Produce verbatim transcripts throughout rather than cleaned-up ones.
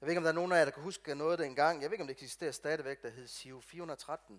Jeg ved ikke, om der er nogen af jer, der kan huske noget dengang. Jeg ved ikke, om det eksisterer stadigvæk, der hed Giro fire hundrede og tretten.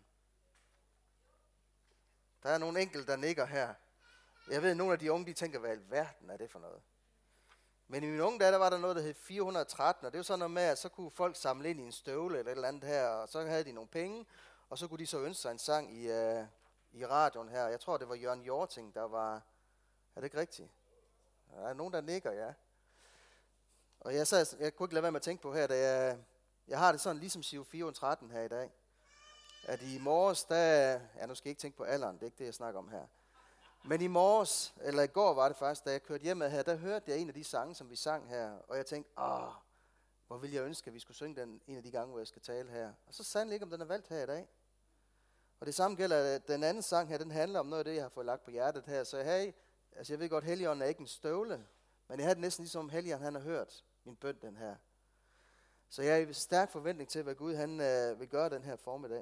Der er nogle enkelte, der nikker her. Jeg ved, at nogle af de unge, de tænker, hvad i alverden er det for noget? Men i mine unge dage, der var der noget, der hed fire hundrede og tretten, og det var sådan noget med, at så kunne folk samle ind i en støvle eller et eller andet her, og så havde de nogle penge, og så kunne de så ønske sig en sang i, uh, i radioen her. Jeg tror, det var Jørgen Hjorting, der var... Er det ikke rigtigt? Der er nogen, der nikker, ja. Og jeg, sad, jeg kunne ikke lade være med at tænke på her, da jeg, jeg har det sådan ligesom Giro fire hundrede og tretten her i dag. At i morges, der... Ja, nu skal jeg ikke tænke på alderen, det er ikke det, jeg snakker om her. Men i morges, eller i går var det faktisk, da jeg kørte hjemme her, der hørte jeg en af de sange, som vi sang her. Og jeg tænkte, åh, hvor ville jeg ønske, at vi skulle synge den en af de gange, hvor jeg skal tale her. Og så sandelig ikke, om den er valgt her i dag. Og det samme gælder, at den anden sang her, den handler om noget af det, jeg har fået lagt på hjertet her. Så hey, altså jeg ved godt, Helligånden er ikke en støvle, men jeg havde det næsten ligesom Helligånden, han har hørt min bøn den her. Så jeg er i stærk forventning til, hvad Gud han øh, vil gøre den her formiddag.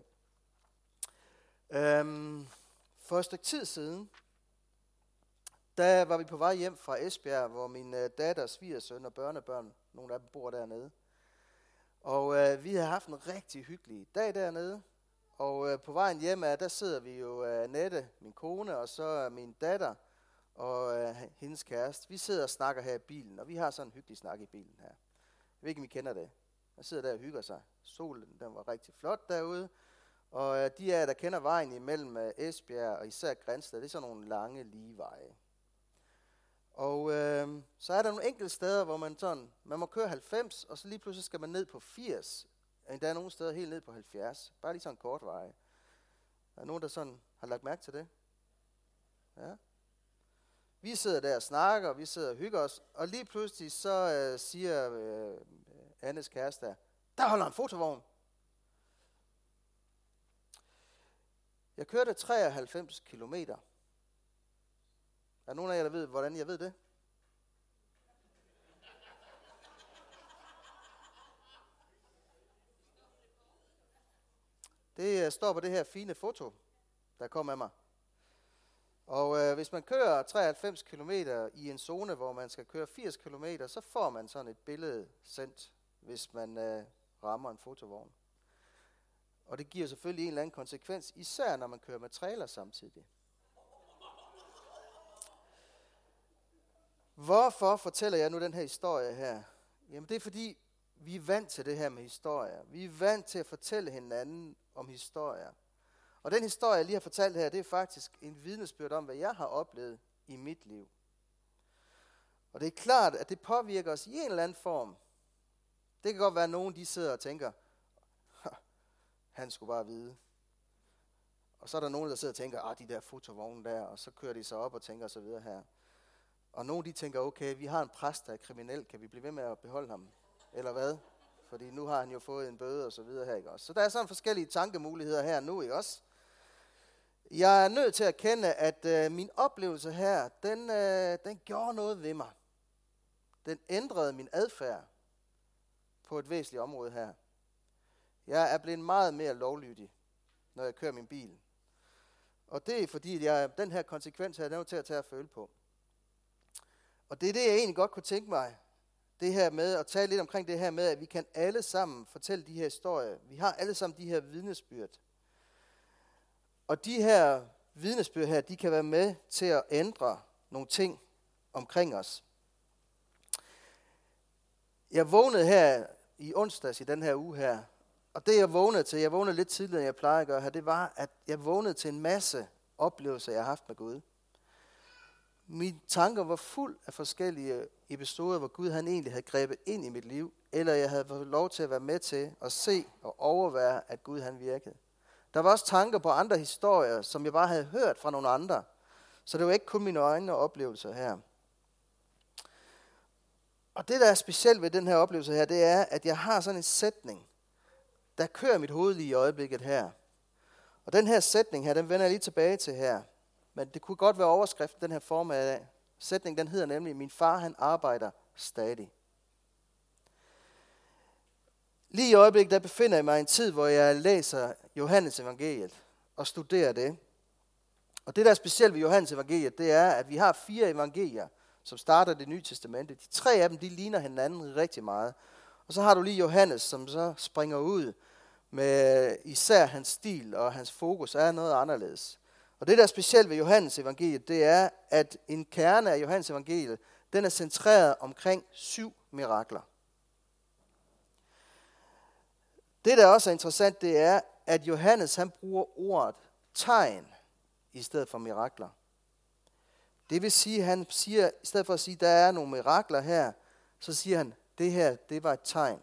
Øhm, for et stykke tid siden, der var vi på vej hjem fra Esbjerg, hvor min øh, datter, svigersøn og børnebørn, nogle af dem bor dernede. Og øh, vi har haft en rigtig hyggelig dag dernede. Og øh, på vejen hjem, er, der sidder vi jo øh, Annette, min kone, og så min datter og øh, hendes kæreste. Vi sidder og snakker her i bilen, og vi har sådan en hyggelig snak i bilen her. Jeg ved ikke, om I kender det. Man sidder der og hygger sig. Solen, den var rigtig flot derude. Og øh, de af der kender vejen imellem øh, Esbjerg og især Grænsted, det er sådan nogle lange lige veje. Og øh, så er der nogle enkelte steder, hvor man sådan, man må køre halvfems, og så lige pludselig skal man ned på firs. Der er nogle steder helt ned på halvfjerds. Bare lige sådan en kort vej. Der er nogen, der sådan har lagt mærke til det. Ja. Vi sidder der og snakker, og vi sidder og hygger os. Og lige pludselig så øh, siger øh, Annes kæreste, der, der holder en fotovogn. Jeg kørte treoghalvfems kilometer. Er der nogen af jer, der ved, hvordan jeg ved det? Det står på det her fine foto, der kom af mig. Og øh, hvis man kører treoghalvfems kilometer i en zone, hvor man skal køre firs kilometer, så får man sådan et billede sendt, hvis man øh, rammer en fotovogn. Og det giver selvfølgelig en eller anden konsekvens, især når man kører med trailer samtidig. Hvorfor fortæller jeg nu den her historie her? Jamen det er fordi, vi er vant til det her med historier. Vi er vant til at fortælle hinanden om historier. Og den historie, jeg lige har fortalt her, det er faktisk en vidnesbyrd om, hvad jeg har oplevet i mit liv. Og det er klart, at det påvirker os i en eller anden form. Det kan godt være, at nogen de sidder og tænker, han skulle bare vide. Og så er der nogen, der sidder og tænker, ah, de der fotovogne der, og så kører de sig op og tænker så videre her. Og nogen de tænker, okay, vi har en præst, der er kriminel, kan vi blive ved med at beholde ham? Eller hvad? Fordi nu har han jo fået en bøde og så videre her, ikke også? Så der er sådan forskellige tankemuligheder her nu, ikke også? Jeg er nødt til at erkende, at øh, min oplevelse her, den, øh, den gjorde noget ved mig. Den ændrede min adfærd på et væsentligt område her. Jeg er blevet meget mere lovlydig, når jeg kører min bil. Og det er fordi, jeg, den her konsekvens her, den er til at tage at føle på. Og det er det, jeg egentlig godt kunne tænke mig. Det her med at tale lidt omkring det her med, at vi kan alle sammen fortælle de her historier. Vi har alle sammen de her vidnesbyrd. Og de her vidnesbyrd her, de kan være med til at ændre nogle ting omkring os. Jeg vågnede her i onsdags i den her uge her, og det jeg vågnede til, jeg vågnede lidt tidligere, end jeg plejer at gøre her, det var, at jeg vågnede til en masse oplevelser, jeg har haft med Gud. Mine tanker var fuld af forskellige episoder, hvor Gud han egentlig havde grebet ind i mit liv, eller jeg havde fået lov til at være med til at se og overvære, at Gud han virkede. Der var også tanker på andre historier, som jeg bare havde hørt fra nogle andre. Så det var ikke kun mine egne oplevelser her. Og det, der er specielt ved den her oplevelse her, det er, at jeg har sådan en sætning, der kører mit hoved lige i øjeblikket her. Og den her sætning her, den vender jeg lige tilbage til her. Men det kunne godt være overskriften, den her form af sætning, den hedder nemlig, min far han arbejder stadig. Lige i øjeblikket, der befinder jeg mig i en tid, hvor jeg læser Johannes evangeliet og studerer det. Og det, der er specielt ved Johannes evangeliet, det er, at vi har fire evangelier, som starter Det Nye Testamente. De tre af dem, de ligner hinanden rigtig meget. Og så har du lige Johannes, som så springer ud med især hans stil og hans fokus er noget anderledes. Og det, der er specielt ved Johannes evangeliet, det er, at en kerne af Johannes evangeliet, den er centreret omkring syv mirakler. Det, der også er interessant, det er, at Johannes han bruger ordet tegn i stedet for mirakler. Det vil sige, at han siger, i stedet for at sige, at der er nogle mirakler her, så siger han, det her, det var et tegn.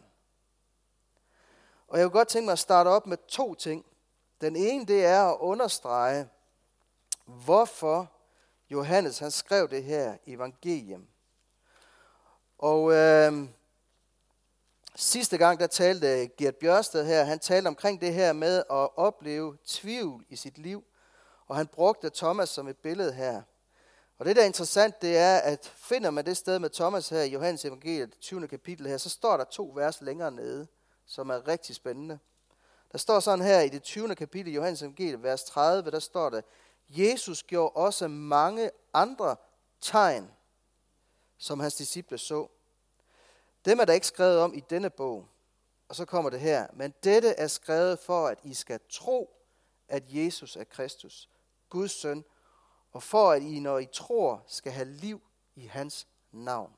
Og jeg vil godt tænke mig at starte op med to ting. Den ene, det er at understrege, hvorfor Johannes han skrev det her evangelium. Og øh, sidste gang, der talte Gert Bjørsted her, han talte omkring det her med at opleve tvivl i sit liv. Og han brugte Thomas som et billede her. Og det, der er interessant, det er, at finder man det sted med Thomas her i Johannes evangeliet, tyvende kapitel her, så står der to vers længere nede, som er rigtig spændende. Der står sådan her i det tyvende kapitel i Johannes evangeliet, vers tredive, der står der, Jesus gjorde også mange andre tegn, som hans disciple så. Dem er der ikke skrevet om i denne bog. Og så kommer det her, men dette er skrevet for, at I skal tro, at Jesus er Kristus, Guds søn, og for at I, når I tror, skal have liv i hans navn.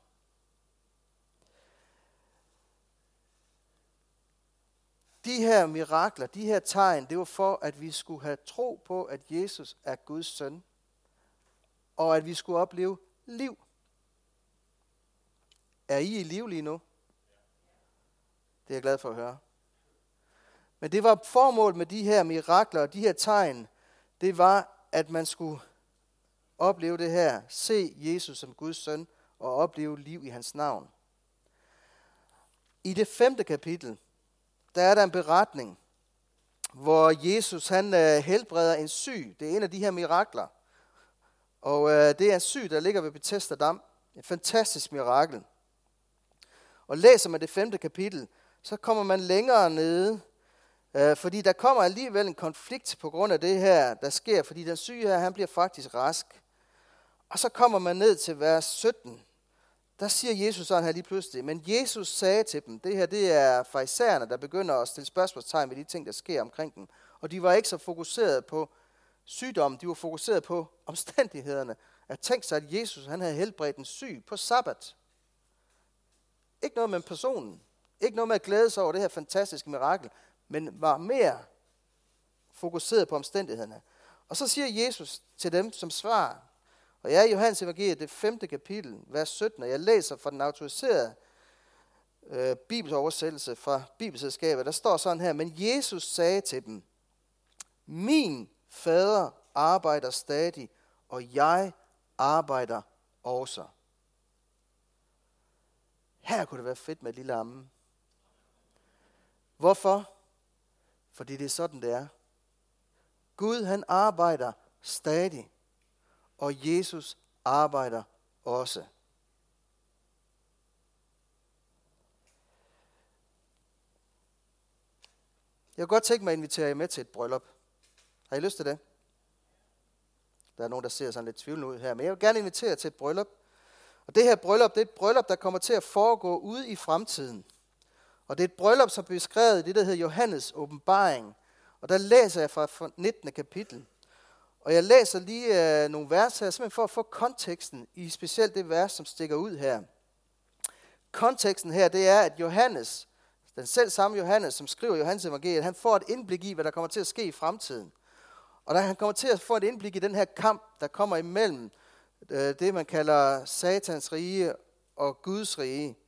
De her mirakler, de her tegn, det var for, at vi skulle have tro på, at Jesus er Guds søn, og at vi skulle opleve liv. Er I i liv lige nu? Det er jeg glad for at høre. Men det var formålet med de her mirakler og de her tegn, det var, at man skulle opleve det her, se Jesus som Guds søn og opleve liv i hans navn. I det femte kapitel, der er der en beretning, hvor Jesus han øh, helbreder en syg. Det er en af de her mirakler. Og øh, det er en syg, der ligger ved Bethesda Dam. Et fantastisk mirakel. Og læser man det femte kapitel, så kommer man længere nede, øh, fordi der kommer alligevel en konflikt på grund af det her, der sker, fordi den syge her, han bliver faktisk rask. Og så kommer man ned til vers sytten. Der siger Jesus sådan her lige pludselig, men Jesus sagde til dem, det her det er farisæerne, der begynder at stille spørgsmålstegn ved de ting, der sker omkring dem. Og de var ikke så fokuseret på sygdommen, de var fokuseret på omstændighederne. At tænke sig, at Jesus han havde helbredt en syg på sabbat. Ikke noget med personen, ikke noget med at glæde sig over det her fantastiske mirakel, men var mere fokuseret på omstændighederne. Og så siger Jesus til dem som svar, og jeg er i Johannes evangeliet, det femte kapitel, vers sytten, og jeg læser fra den autoriserede øh, bibelsoversættelse fra Bibelselskabet, der står sådan her, men Jesus sagde til dem, min fader arbejder stadig, og jeg arbejder også. Her kunne det være fedt med et lille amme. Hvorfor? Fordi det er sådan, det er. Gud, han arbejder stadig, og Jesus arbejder også. Jeg kunne godt tænke mig at invitere jer med til et bryllup. Har I lyst til det? Der er nogen, der ser sådan lidt tvivlende ud her, men jeg vil gerne invitere jer til et bryllup. Og det her bryllup, det er et bryllup, der kommer til at foregå ude i fremtiden. Og det er et bryllup, som er beskrevet i det, der hedder Johannes åbenbaring. Og der læser jeg fra nittende kapitel. Og jeg læser lige øh, nogle vers her, simpelthen for at få konteksten i specielt det vers, som stikker ud her. Konteksten her, det er, at Johannes, den selv samme Johannes, som skriver Johannes evangeliet, han får et indblik i, hvad der kommer til at ske i fremtiden. Og der han kommer til at få et indblik i den her kamp, der kommer imellem øh, det, man kalder Satans rige og Guds rige.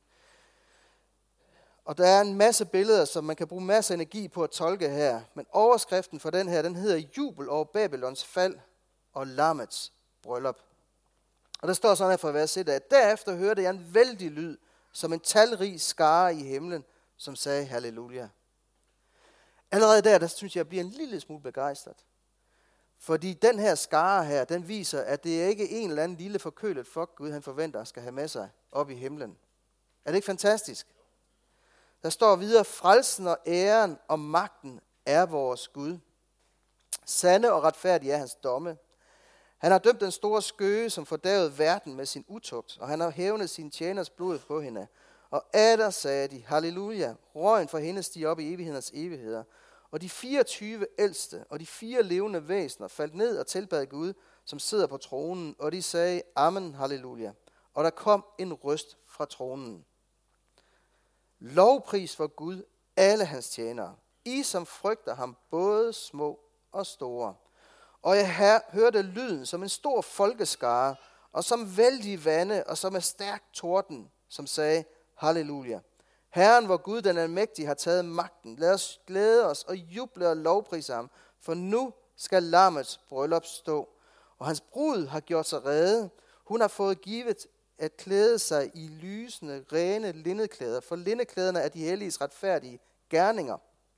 Og der er en masse billeder, som man kan bruge masser af energi på at tolke her. Men overskriften for den her, den hedder Jubel over Babylons fald og lammets bryllup. Og der står sådan her fra vers et, at derefter hørte jeg en vældig lyd, som en talrig skare i himlen, som sagde halleluja. Allerede der, der synes jeg, jeg bliver en lille smule begejstret. Fordi den her skare her, den viser, at det er ikke en eller anden lille forkølet flok, Gud han forventer skal have med sig op i himlen. Er det ikke fantastisk? Der står videre, frelsen og æren og magten er vores Gud. Sande og retfærdige er hans domme. Han har dømt den store skøge, som fordærvede verden med sin utugt, og han har hævnet sin tjeners blod på hende. Og atter sagde de, halleluja, røgen fra hende stiger op i evighedens evigheder. Og de fireogtyve ældste og de fire levende væsener faldt ned og tilbad Gud, som sidder på tronen, og de sagde, amen, halleluja. Og der kom en røst fra tronen. Lovpris for Gud, alle hans tjenere, I som frygter ham, både små og store. Og jeg her, hørte lyden som en stor folkeskare, og som vældige vande, og som en stærk torden, som sagde, halleluja. Herren, hvor Gud den almægtige har taget magten. Lad os glæde os og juble og lovprise ham, for nu skal lammets bryllup stå. Og hans brud har gjort sig rede. Hun har fået givet at klæde sig i lysende, rene linnedklæder, for linneklæderne er de helliges retfærdige gerninger.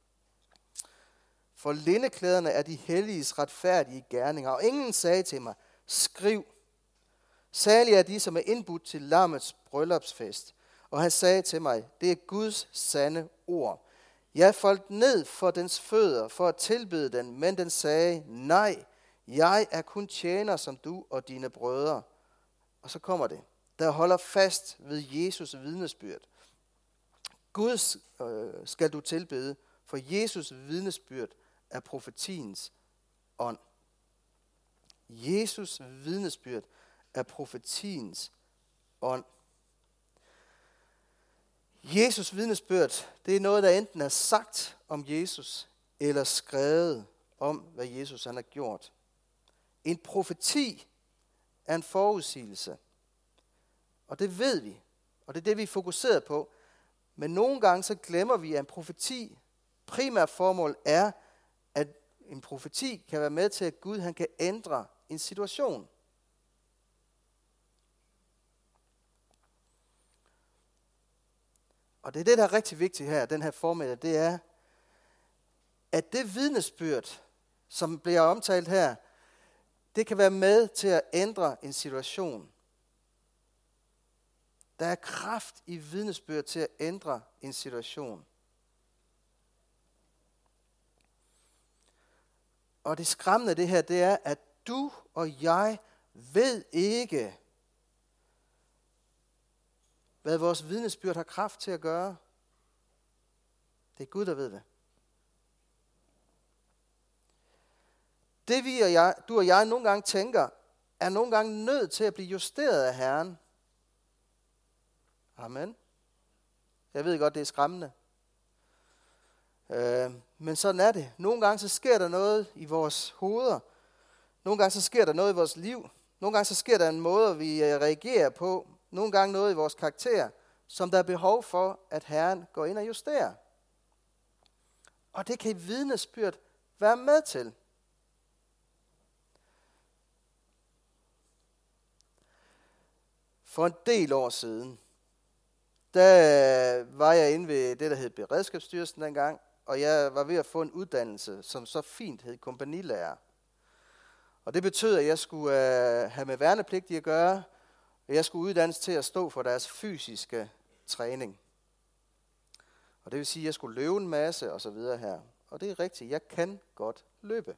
For linneklæderne er de helliges retfærdige gerninger. Og ingen sagde til mig, skriv. Særlig er de, som er indbudt til lammets bryllupsfest. Og han sagde til mig, det er Guds sande ord. Jeg faldt ned for dens fødder for at tilbede den, men den sagde, nej, jeg er kun tjener som du og dine brødre. Og så kommer det, der holder fast ved Jesus vidnesbyrd. Gud øh, skal du tilbede, for Jesus vidnesbyrd er profetiens ånd. Jesus vidnesbyrd er profetiens ånd. Jesus vidnesbyrd, det er noget, der enten er sagt om Jesus, eller skrevet om, hvad Jesus han har gjort. En profeti er en forudsigelse. Og det ved vi, og det er det, vi er fokuseret på. Men nogle gange så glemmer vi, at en profeti, primært formål er, at en profeti kan være med til, at Gud han kan ændre en situation. Og det er det, der er rigtig vigtigt her, den her formiddag, det er, at det vidnesbyrd, som bliver omtalt her, det kan være med til at ændre en situation. Der er kraft i vidnesbyrd til at ændre en situation. Og det skræmmende det her, det er, at du og jeg ved ikke, hvad vores vidnesbyrd har kraft til at gøre. Det er Gud, der ved det. Det vi og jeg, du og jeg nogle gange tænker, er nogle gange nødt til at blive justeret af Herren. Amen. Jeg ved godt, det er skræmmende. Øh, men sådan er det. Nogle gange så sker der noget i vores hoveder. Nogle gange så sker der noget i vores liv. Nogle gange så sker der en måde, vi reagerer på. Nogle gange noget i vores karakter, som der er behov for, at Herren går ind og justerer. Og det kan vidnesbyrd være med til. For en del år siden, der var jeg inde ved det, der hed Beredskabsstyrelsen dengang, og jeg var ved at få en uddannelse, som så fint hed kompagnilærer. Og det betød, at jeg skulle uh, have med værnepligtige at gøre, og jeg skulle uddannes til at stå for deres fysiske træning. Og det vil sige, at jeg skulle løbe en masse og så videre her. Og det er rigtigt, jeg kan godt løbe.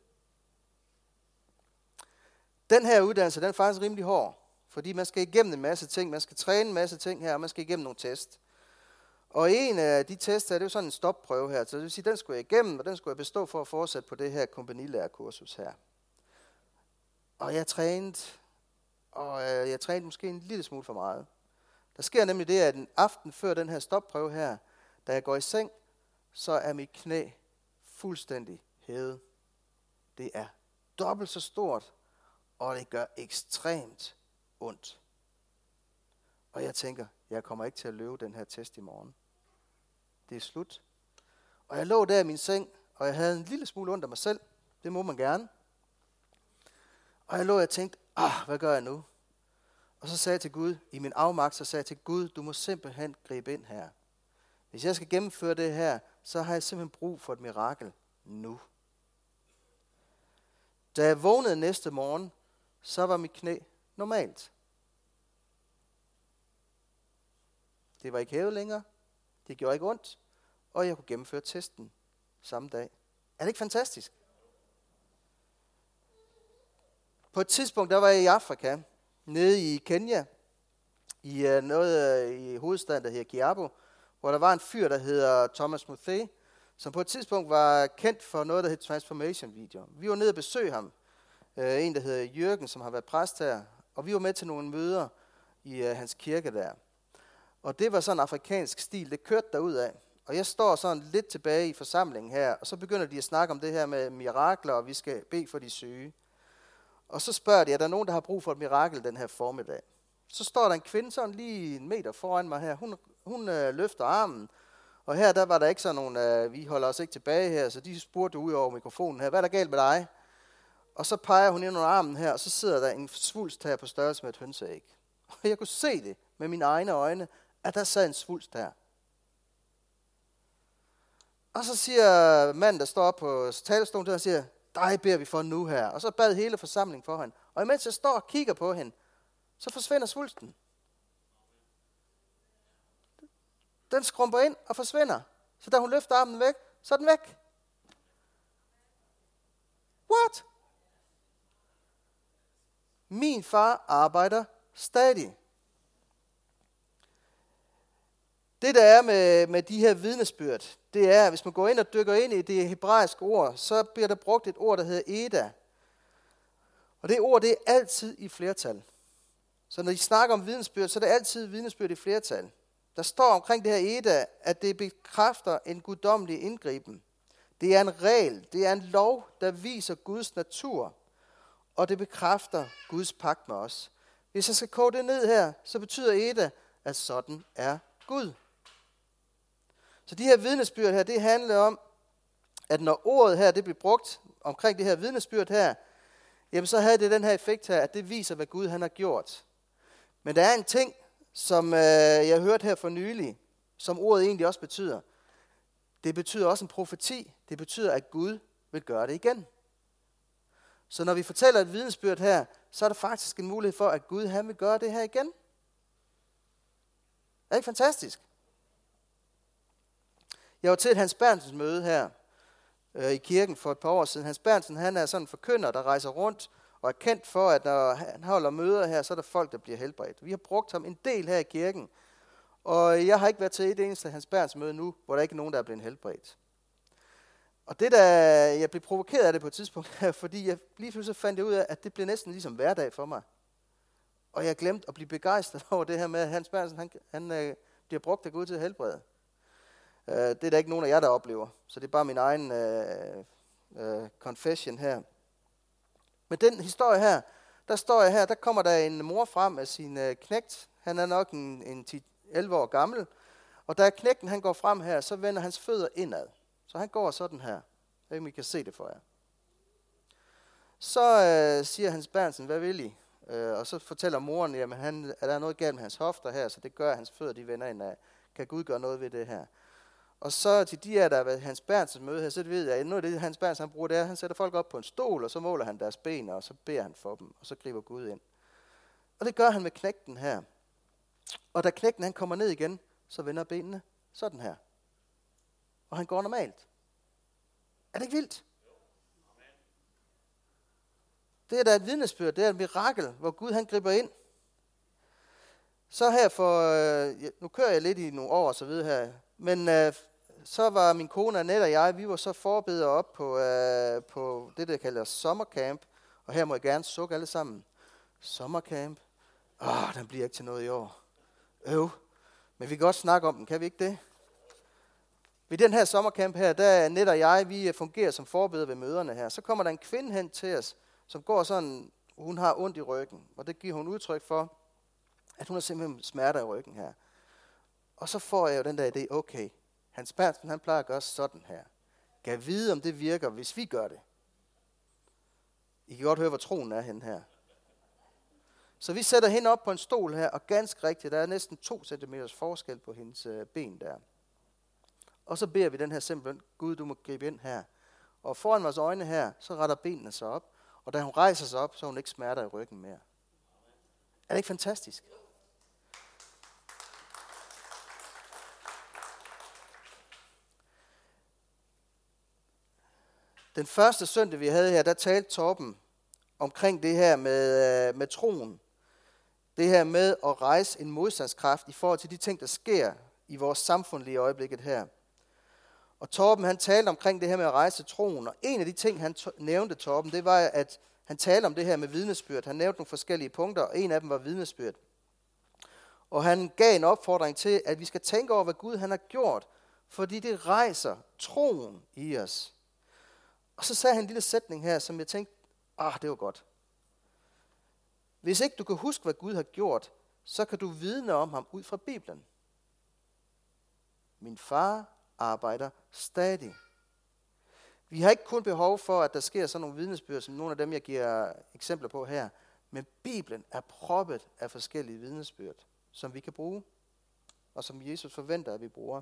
Den her uddannelse, den er faktisk rimelig hård. Fordi man skal igennem en masse ting, man skal træne en masse ting her, og man skal igennem nogle test. Og en af de tests her, det er jo sådan en stopprøve her, så det vil sige, den skulle jeg igennem, og den skulle jeg bestå for at fortsætte på det her kompanilærerkursus her. Og jeg trænede, og jeg trænede måske en lille smule for meget. Der sker nemlig det, at en aften før den her stopprøve her, da jeg går i seng, så er mit knæ fuldstændig hævet. Det er dobbelt så stort, og det gør ekstremt ondt. Og jeg tænker, jeg kommer ikke til at løbe den her test i morgen. Det er slut. Og jeg lå der i min seng, og jeg havde en lille smule ondt af mig selv. Det må man gerne. Og jeg lå og tænkte, ah, hvad gør jeg nu? Og så sagde jeg til Gud, i min afmagt, så sagde jeg til Gud, du må simpelthen gribe ind her. Hvis jeg skal gennemføre det her, så har jeg simpelthen brug for et mirakel nu. Da jeg vågnede næste morgen, så var mit knæ normalt. Det var ikke hævet længere. Det gjorde ikke ondt. Og jeg kunne gennemføre testen samme dag. Er det ikke fantastisk? På et tidspunkt, der var jeg i Afrika, nede i Kenya. i uh, noget uh, i hovedstaden, der hedder Kiabo, hvor der var en fyr, der hedder Thomas Muthé, som på et tidspunkt var kendt for noget, der hed Transformation-video. Vi var nede og besøge ham. Uh, en, der hedder Jørgen, som har været præst her. Og vi var med til nogle møder i uh, hans kirke der. Og det var sådan en afrikansk stil, det kørte derudad. Og jeg står sådan lidt tilbage i forsamlingen her, og så begynder de at snakke om det her med mirakler, og vi skal bede for de syge. Og så spørger de, er der nogen, der har brug for et mirakel den her formiddag? Så står der en kvinde sådan lige en meter foran mig her. Hun, hun øh, løfter armen, og her der var der ikke sådan nogen, øh, vi holder os ikke tilbage her, så de spurgte ud over mikrofonen her, hvad er der galt med dig? Og så peger hun ind under armen her, og så sidder der en svulst her på størrelse med et hønseæg. Og jeg kunne se det med mine egne øjne, at der sad en svulst her. Og så siger manden, der står på talerstolen, der siger, dig beder vi for nu her. Og så bad hele forsamlingen for hende. Og imens jeg står og kigger på hende, så forsvinder svulsten. Den skrumper ind og forsvinder. Så da hun løfter armen væk, så er den væk. What? Min far arbejder stadig. Det der er med, med de her vidnesbyrd, det er, hvis man går ind og dykker ind i det hebraiske ord, så bliver der brugt et ord, der hedder Eda. Og det ord, det er altid i flertal. Så når I snakker om vidnesbyrd, så er det altid vidnesbyrd i flertal. Der står omkring det her Eda, at det bekræfter en guddommelig indgriben. Det er en regel, det er en lov, der viser Guds natur, og det bekræfter Guds pagt med os. Hvis jeg skal koge det ned her, så betyder Eda, at sådan er Gud. Så de her vidnesbyrd her, det handler om, at når ordet her, det bliver brugt omkring det her vidnesbyrd her, jamen så havde det den her effekt her, at det viser, hvad Gud han har gjort. Men der er en ting, som øh, jeg hørte her for nylig, som ordet egentlig også betyder. Det betyder også en profeti. Det betyder, at Gud vil gøre det igen. Så når vi fortæller et vidnesbyrd her, så er der faktisk en mulighed for, at Gud han vil gøre det her igen. Er det ikke fantastisk? Jeg var til et Hans Berntsens møde her øh, i kirken for et par år siden. Hans Berntsen han er sådan en forkynder, der rejser rundt og er kendt for, at når han holder møder her, så er der folk, der bliver helbredt. Vi har brugt ham en del her i kirken, og jeg har ikke været til et eneste Hans Berntsens møde nu, hvor der ikke er nogen, der er blevet helbredt. Og det der, jeg blev provokeret af det på et tidspunkt, fordi jeg lige pludselig fandt ud af, at det blev næsten ligesom hverdag for mig. Og jeg glemte at blive begejstret over det her med, at Hans Bernsen, han, han øh, bliver brugt af Gud til at helbrede. Uh, det er der ikke nogen af jer, der oplever. Så det er bare min egen uh, uh, confession her. Men den historie her, der står jeg her, der kommer der en mor frem med sin uh, knægt. Han er nok en, en ti elleve år gammel. Og da knægten han går frem her, så vender hans fødder indad. Så han går sådan her. Jeg ved ikke, om I kan se det for jer. Så uh, siger Hans Bernsen, hvad vil I? Uh, og så fortæller moren, jamen han, er der noget galt med hans hofter her, så det gør, at hans fødder de vender indad. Kan Gud gøre noget ved det her? Og så til de her, der har været Hans Berntsens møde her, så ved jeg, at noget af det, Hans Berntsen han bruger, det er, at han sætter folk op på en stol, og så måler han deres ben, og så beder han for dem, og så griber Gud ind. Og det gør han med knægten her. Og da knægten han kommer ned igen, så vender benene sådan her. Og han går normalt. Er det ikke vildt? Det er da et vidnesbyrd, det er et mirakel, hvor Gud han griber ind. Så her for, øh, nu kører jeg lidt i nogle år og så videre her, men øh, så var min kone Annette og jeg, vi var så forbedere op på, øh, på det, der kalder sommercamp, og her må jeg gerne sukke alle sammen. Sommercamp. Åh, den bliver ikke til noget i år. Øv. Men vi kan godt snakke om den, kan vi ikke det? Ved den her sommercamp her, der er Annette og jeg, vi fungerer som forbedere ved møderne her. Så kommer der en kvinde hen til os, som går sådan, hun har ondt i ryggen, og det giver hun udtryk for, at hun har simpelthen smerter i ryggen her. Og så får jeg jo den der idé, okay, Hans Bernsen, han plejer at gøre sådan her. Kan vide, om det virker, hvis vi gør det. I kan godt høre, hvor troen er henne her. Så vi sætter hende op på en stol her, og ganske rigtigt, der er næsten to centimeters forskel på hendes øh, ben der. Og så beder vi den her simpelthen, Gud, du må gribe ind her. Og foran vores øjne her, så retter benene sig op. Og da hun rejser sig op, så hun ikke smerter i ryggen mere. Er det ikke fantastisk? Den første søndag, vi havde her, der talte Torben omkring det her med, med troen. Det her med at rejse en modstandskraft i forhold til de ting, der sker i vores samfund lige i øjeblikket her. Og Torben, han talte omkring det her med at rejse troen, og en af de ting, han to- nævnte, Torben, det var, at han talte om det her med vidnesbyrd. Han nævnte nogle forskellige punkter, og en af dem var vidnesbyrd. Og han gav en opfordring til, at vi skal tænke over, hvad Gud han har gjort, fordi det rejser troen i os. Og så sagde han en lille sætning her, som jeg tænkte, ah, det var godt. Hvis ikke du kan huske, hvad Gud har gjort, så kan du vidne om ham ud fra Bibelen. Min far arbejder stadig. Vi har ikke kun behov for, at der sker sådan nogle vidnesbyrd, som nogle af dem, jeg giver eksempler på her. Men Bibelen er proppet af forskellige vidnesbyrd, som vi kan bruge, og som Jesus forventer, at vi bruger.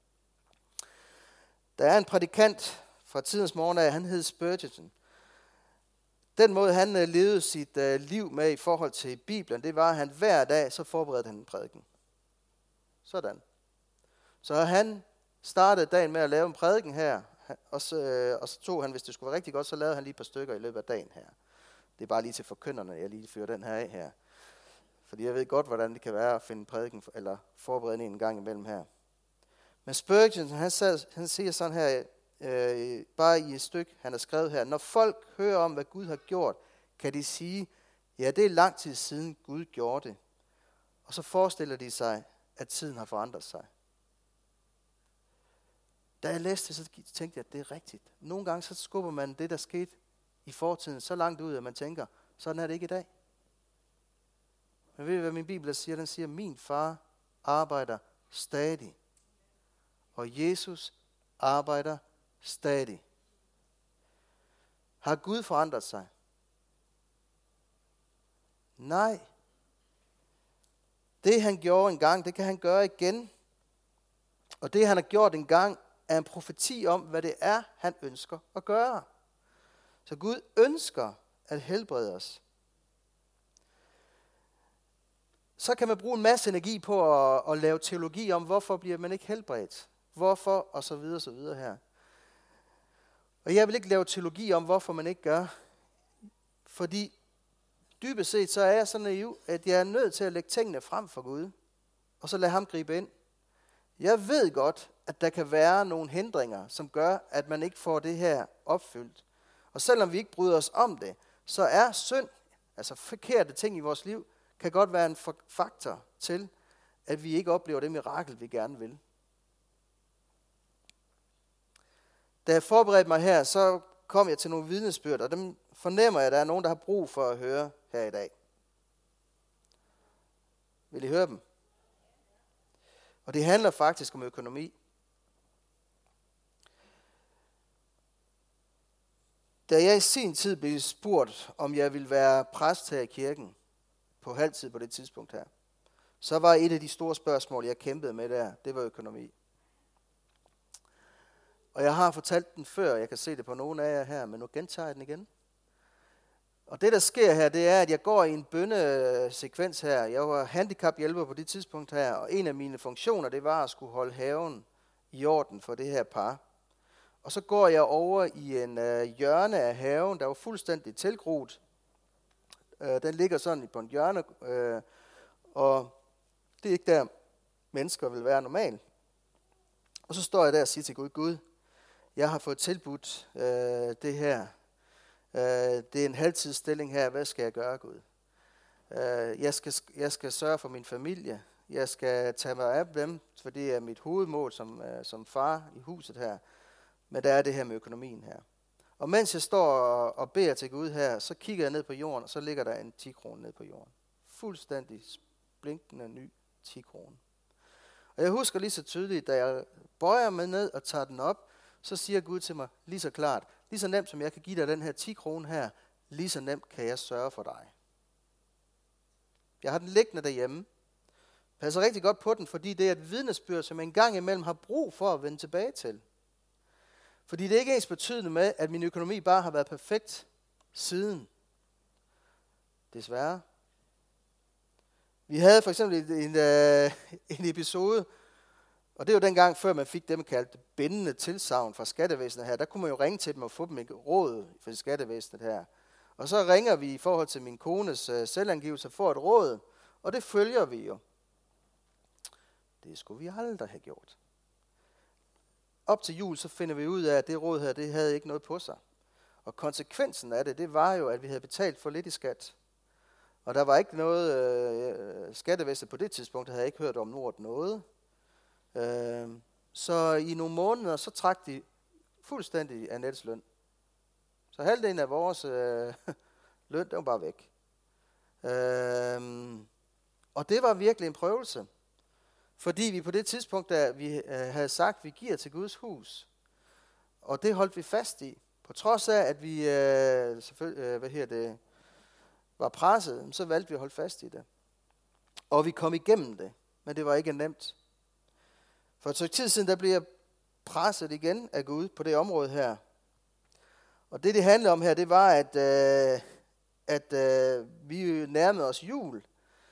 Der er en prædikant fra tidens morgen af, han hed Spurgeon. Den måde, han levede sit uh, liv med i forhold til Bibelen, det var, at han hver dag, så forberedte han en prædiken. Sådan. Så han startede dagen med at lave en prædiken her, og så, øh, og så tog han, hvis det skulle være rigtig godt, så lavede han lige et par stykker i løbet af dagen her. Det er bare lige til forkynderne, jeg lige fyrer den her af her. Fordi jeg ved godt, hvordan det kan være at finde prædiken, eller forberede en en gang imellem her. Men Spurgeon, han, sad, han siger sådan her, øh, bare i et stykke, han har skrevet her. Når folk hører om, hvad Gud har gjort, kan de sige, ja, det er lang tid siden Gud gjorde det. Og så forestiller de sig, at tiden har forandret sig. Da jeg læste det, så tænkte jeg, at det er rigtigt. Nogle gange så skubber man det, der skete i fortiden, så langt ud, at man tænker, sådan er det ikke i dag. Men ved I, hvad min Bibel siger? Den siger, min far arbejder stadig. Og Jesus arbejder stadig. Har Gud forandret sig? Nej. Det han gjorde engang, det kan han gøre igen. Og det han har gjort engang, er en profeti om, hvad det er, han ønsker at gøre. Så Gud ønsker at helbrede os. Så kan man bruge en masse energi på at, at lave teologi om, hvorfor bliver man ikke helbredt. Hvorfor, og så videre, så videre her. Og jeg vil ikke lave teologi om, hvorfor man ikke gør. Fordi dybest set, så er jeg så naiv, at jeg er nødt til at lægge tingene frem for Gud. Og så lade ham gribe ind. Jeg ved godt, at der kan være nogle hindringer, som gør, at man ikke får det her opfyldt. Og selvom vi ikke bryder os om det, så er synd, altså forkerte ting i vores liv, kan godt være en faktor til, at vi ikke oplever det mirakel, vi gerne vil. Da jeg forberedte mig her, så kom jeg til nogle vidnesbyrd, og dem fornemmer jeg, at der er nogen, der har brug for at høre her i dag. Vil I høre dem? Og det handler faktisk om økonomi. Da jeg i sin tid blev spurgt, om jeg ville være præst her i kirken, på halvtid på det tidspunkt her, så var et af de store spørgsmål, jeg kæmpede med der, det var økonomi. Og jeg har fortalt den før, jeg kan se det på nogle af jer her, men nu gentager jeg den igen. Og det, der sker her, det er, at jeg går i en bønnesekvens her. Jeg var handicaphjælper på det tidspunkt her, og en af mine funktioner, det var at skulle holde haven i orden for det her par. Og så går jeg over i en øh, hjørne af haven, der var fuldstændig tilgroet. Øh, den ligger sådan på en hjørne, øh, og det er ikke der, mennesker vil være normalt. Og så står jeg der og siger til Gud, Gud, jeg har fået tilbudt øh, det her. Øh, det er en halvtidsstilling her, hvad skal jeg gøre, Gud? Øh, jeg, skal, jeg skal sørge for min familie. Jeg skal tage mig af dem, for det er mit hovedmål som, øh, som far i huset her. Men der er det her med økonomien her. Og mens jeg står og, og beder til Gud her, så kigger jeg ned på jorden, og så ligger der en ti krone ned på jorden. Fuldstændig blinkende ny ti krone. Og jeg husker lige så tydeligt, da jeg bøjer mig ned og tager den op, så siger Gud til mig lige så klart, lige så nemt som jeg kan give dig den her ti krone her, lige så nemt kan jeg sørge for dig. Jeg har den liggende derhjemme. Passer rigtig godt på den, fordi det er et vidnesbyrd, som jeg en gang imellem har brug for at vende tilbage til. Fordi det er ikke ens betydende med, at min økonomi bare har været perfekt siden. Desværre. Vi havde for eksempel en, en, en episode, og det var dengang, før man fik det, man kaldte bindende tilsagn fra skattevæsenet her. Der kunne man jo ringe til dem og få dem et råd for skattevæsenet her. Og så ringer vi i forhold til min kones uh, selvangivelse for et råd, Og det følger vi jo. Det skulle vi aldrig have gjort. Op til jul, så finder vi ud af, at det råd her, det havde ikke noget på sig. Og konsekvensen af det, det var jo, at vi havde betalt for lidt i skat. Og der var ikke noget, øh, skattevæsenet på det tidspunkt havde ikke hørt om Nord noget. Øh, så i nogle måneder, så trak de fuldstændig Annettes løn. Så halvdelen af vores øh, løn, den var bare væk. Øh, og det var virkelig en prøvelse. Fordi vi på det tidspunkt, da vi øh, havde sagt, at vi giver til Guds hus. Og det holdt vi fast i. På trods af, at vi øh, selvfølgelig, øh, hvad her det, var presset, så valgte vi at holde fast i det. Og vi kom igennem det, men det var ikke nemt. For et stykke tid siden, der blev jeg presset igen af Gud på det område her. Og det, det handler om her, det var, at, øh, at øh, vi nærmede os jul.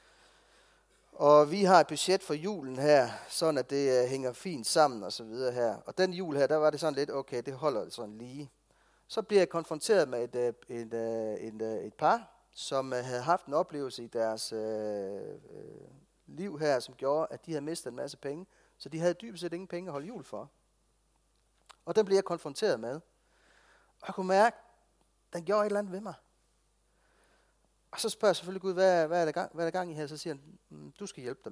Og vi har et budget for julen her, sådan at det øh, hænger fint sammen og så videre her. Og den jul her, der var det sådan lidt, okay, det holder sådan lige. Så bliver jeg konfronteret med et, et, et, et, et par, som havde haft en oplevelse i deres øh, øh, liv her, som gjorde, at de havde mistet en masse penge. Så de havde dybest set ingen penge at holde jul for. Og den blev jeg konfronteret med. Og jeg kunne mærke, at den gjorde et eller andet ved mig. Og så spørger jeg selvfølgelig Gud, hvad, hvad, er der gang, hvad er der gang i her? Så siger han, du skal hjælpe dem.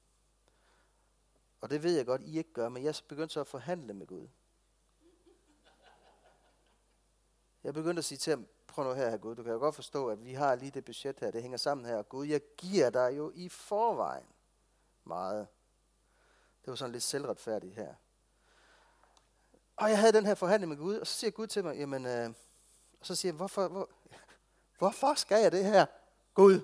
Og det ved jeg godt, I ikke gør, men jeg begyndte så at forhandle med Gud. Jeg begyndte at sige til ham, prøv nu her, her Gud, du kan jo godt forstå, at vi har lige det budget her, det hænger sammen her. Og Gud, jeg giver dig jo i forvejen meget. Det var sådan lidt selvretfærdigt her. Og jeg havde den her forhandling med Gud, og så siger Gud til mig, jamen, øh, og så siger jeg, hvorfor, hvor, hvorfor skal jeg det her, Gud?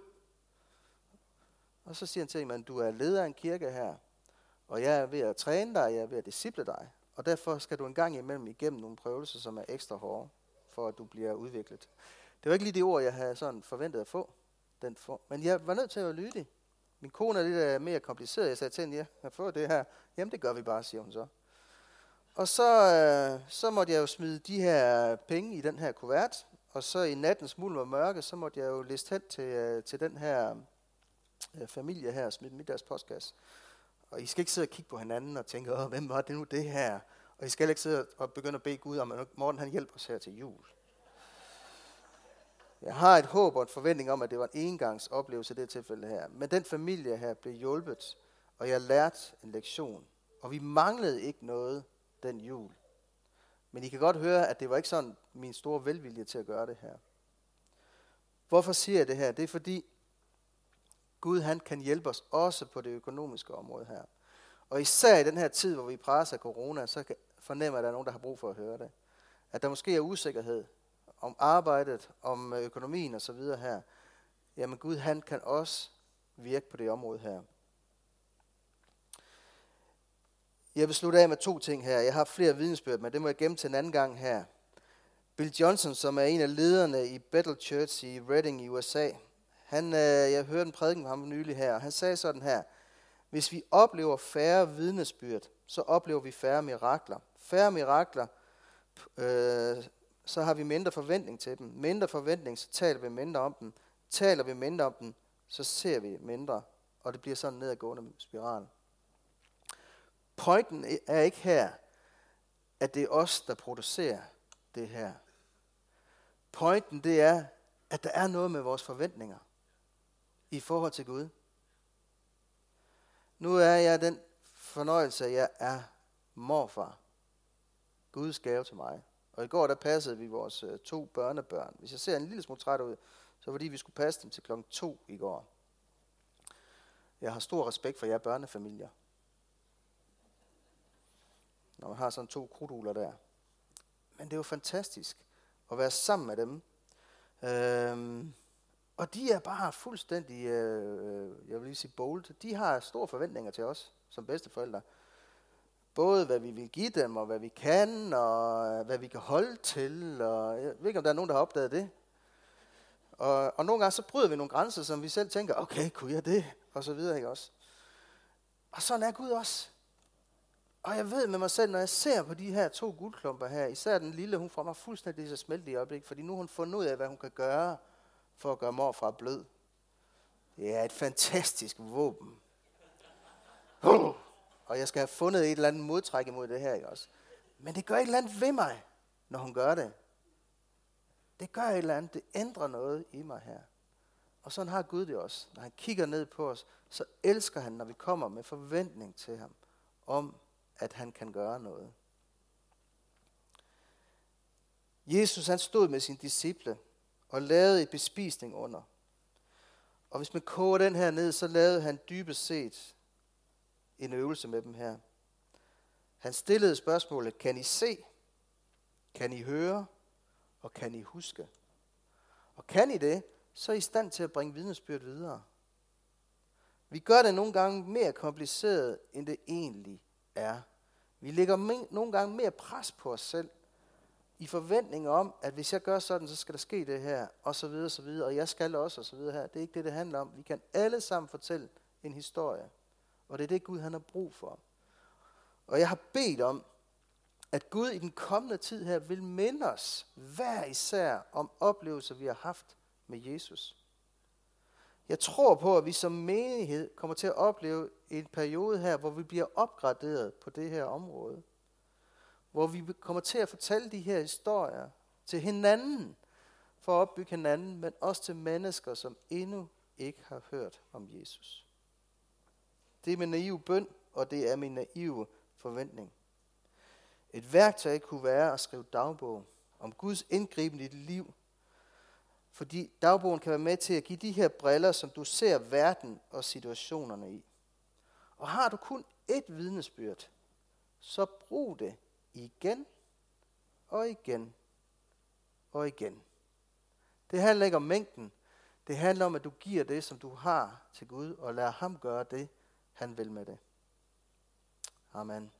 Og så siger han til mig, du er leder af en kirke her, og jeg er ved at træne dig, jeg er ved at disciple dig, og derfor skal du en gang imellem igennem nogle prøvelser, som er ekstra hårde, for at du bliver udviklet. Det var ikke lige de ord, jeg havde sådan forventet at få, den for. Men jeg var nødt til at være lydig. Min kone er lidt mere kompliceret. Jeg sagde til hende, ja, jeg får det her. Jamen, det gør vi bare, siger hun så. Og så, øh, så måtte jeg jo smide de her penge i den her kuvert. Og så i nattens mulm og mørke, så måtte jeg jo liste hen til, øh, til den her øh, familie her og smide dem i deres postkasse. Og I skal ikke sidde og kigge på hinanden og tænke, åh, hvem var det nu det her? Og I skal ikke sidde og begynde at bede Gud om, at Morten han hjælper os her til jul. Jeg har et håb og en forventning om, at det var en engangsoplevelse i det tilfælde her. Men den familie her blev hjulpet, og jeg lærte en lektion. Og vi manglede ikke noget den jul. Men I kan godt høre, at det var ikke sådan min store velvilje til at gøre det her. Hvorfor siger jeg det her? Det er fordi, Gud han kan hjælpe os også på det økonomiske område her. Og især i den her tid, hvor vi presser af corona, så fornemmer jeg, at der er nogen, der har brug for at høre det. At der måske er usikkerhed om arbejdet, om økonomien og så videre her. Jamen Gud, han kan også virke på det område her. Jeg vil slutte af med to ting her. Jeg har flere vidensbyrd, men det må jeg gemme til en anden gang her. Bill Johnson, som er en af lederne i Bethel Church i Reading i U S A, han, jeg hørte en prædiken fra ham nylig her, og han sagde sådan her: hvis vi oplever færre vidnesbyrd, så oplever vi færre mirakler. Færre mirakler, øh, så har vi mindre forventning til dem. Mindre forventning, så taler vi mindre om dem. Taler vi mindre om dem, så ser vi mindre. Og det bliver sådan en nedadgående spiral. Pointen er ikke her, at det er os, der producerer det her. Pointen det er, at der er noget med vores forventninger i forhold til Gud. Nu er jeg den fornøjelse, at jeg er morfar. Guds gave til mig. Og i går der passede vi vores øh, to børnebørn. Hvis jeg ser en lille smule træt ud, så fordi vi skulle passe dem til klokken to i går. Jeg har stor respekt for jer børnefamilier. Når man har sådan to krudtugler der. Men det er jo fantastisk at være sammen med dem. Øhm, og de er bare fuldstændig, øh, jeg vil lige sige bold. De har store forventninger til os som bedsteforældre. Både hvad vi vil give dem, og hvad vi kan, og hvad vi kan holde til. Og jeg ved ikke, om der er nogen, der har opdaget det. Og, og nogle gange så bryder vi nogle grænser, som vi selv tænker, okay, kunne jeg det? Og så videre, ikke også? Og sådan er Gud også. Og jeg ved med mig selv, når jeg ser på de her to guldklumper her, især den lille, hun får mig fuldstændig så smeltet i øjeblik, fordi nu har hun fundet ud af, hvad hun kan gøre for at gøre morfar blød. Det er et fantastisk våben. Uh, og jeg skal have fundet et eller andet modtræk imod det her, ikke også? Men det gør et eller andet ved mig, når hun gør det. Det gør et eller andet. Det ændrer noget i mig her. Og sådan har Gud det også. Når han kigger ned på os, så elsker han, når vi kommer med forventning til ham, om at han kan gøre noget. Jesus han stod med sine disciple og lavede et bespisning under. Og hvis man koger den her ned, så lavede han dybest set en øvelse med dem her. Han stillede spørgsmålet, kan I se? Kan I høre? Og kan I huske? Og kan I det, så er I i stand til at bringe vidnesbyrd videre. Vi gør det nogle gange mere kompliceret, end det egentlig er. Vi lægger nogle gange mere pres på os selv, i forventning om, at hvis jeg gør sådan, så skal der ske det her, og så videre, og så videre, og jeg skal også, og så videre her. Det er ikke det, det handler om. Vi kan alle sammen fortælle en historie, og det er det, Gud han har brug for. Og jeg har bedt om, at Gud i den kommende tid her vil minde os hver især om oplevelser, vi har haft med Jesus. Jeg tror på, at vi som menighed kommer til at opleve en periode her, hvor vi bliver opgraderet på det her område. Hvor vi kommer til at fortælle de her historier til hinanden, for at opbygge hinanden, men også til mennesker, som endnu ikke har hørt om Jesus. Det er min naive bøn, og det er min naive forventning. Et værktøj kunne være at skrive dagbog om Guds indgriben i dit liv. Fordi dagbogen kan være med til at give de her briller, som du ser verden og situationerne i. Og har du kun ét vidnesbyrd, så brug det igen og igen og igen. Det handler ikke om mængden. Det handler om, at du giver det, som du har til Gud, og lader ham gøre det, han vil med det. Amen.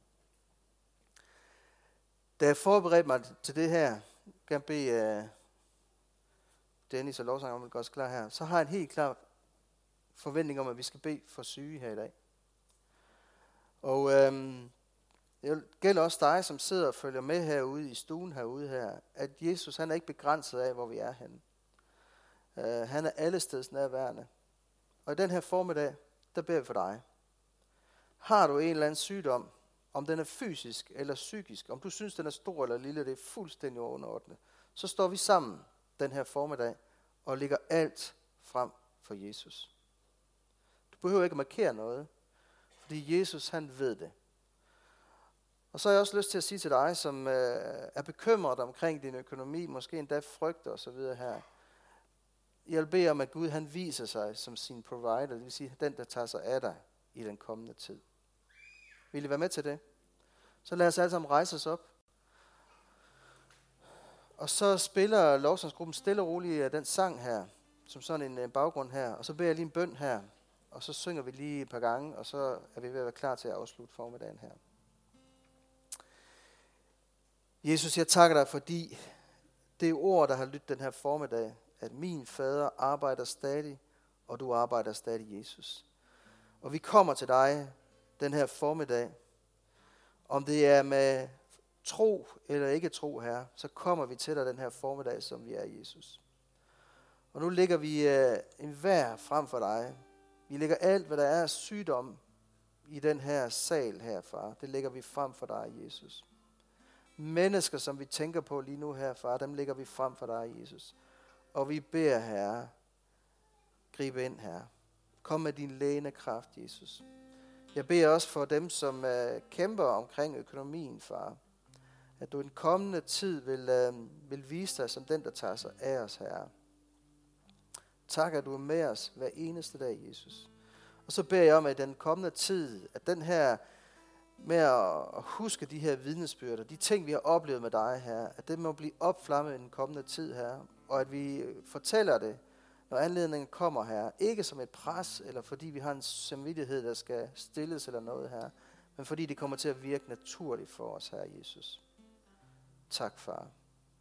Da jeg forberedte mig til det her, kan jeg bede uh, Dennis og lovsanger om at gøre os klar her, så har jeg en helt klar forventning om, at vi skal bede for syge her i dag. Og øhm, det gælder også dig, som sidder og følger med herude i stuen herude her, at Jesus han er ikke begrænset af, hvor vi er henne. Uh, han er allesteds nærværende. Og i den her formiddag, der beder vi for dig. Har du en eller anden sygdom, om den er fysisk eller psykisk, om du synes, den er stor eller lille, det er fuldstændig underordnet, så står vi sammen den her formiddag og lægger alt frem for Jesus. Du behøver ikke at markere noget, fordi Jesus han ved det. Og så har jeg også lyst til at sige til dig, som øh, er bekymret omkring din økonomi, måske endda frygter og så videre her. Jeg vil bede om, at Gud han viser sig som sin provider, det vil sige den, der tager sig af dig i den kommende tid. Vil I være med til det? Så lad os alle sammen rejse os op. Og så spiller lovsangsgruppen stille og roligt den sang her, som sådan en baggrund her. Og så beder jeg lige en bøn her, og så synger vi lige et par gange, og så er vi ved at være klar til at afslutte formiddagen her. Jesus, jeg takker dig, fordi det er ord, der har lyttet den her formiddag, at min fader arbejder stadig, og du arbejder stadig, Jesus. Og vi kommer til dig den her formiddag. Om det er med tro eller ikke tro, Herre, så kommer vi til dig den her formiddag, som vi er, Jesus. Og nu lægger vi uh, en hver frem for dig. Vi lægger alt, hvad der er af sygdom i den her sal her, far. Det lægger vi frem for dig, Jesus. Mennesker, som vi tænker på lige nu her, far, dem lægger vi frem for dig, Jesus. Og vi beder, Herre, gribe ind, Herre. Kom med din lægende kraft, Jesus. Jeg beder også for dem, som uh, kæmper omkring økonomien, far. At du i den kommende tid vil, uh, vil vise dig som den, der tager sig af os, Herre. Tak, at du er med os hver eneste dag, Jesus. Og så beder jeg om, at i den kommende tid, at den her med at huske de her vidnesbyrder, de ting, vi har oplevet med dig, Herre, at det må blive opflammet i den kommende tid, Herre. Og at vi fortæller det, når anledningen kommer, Herre. Ikke som et pres, eller fordi vi har en samvittighed, der skal stilles eller noget, Herre. Men fordi det kommer til at virke naturligt for os, Herre Jesus. Tak, far.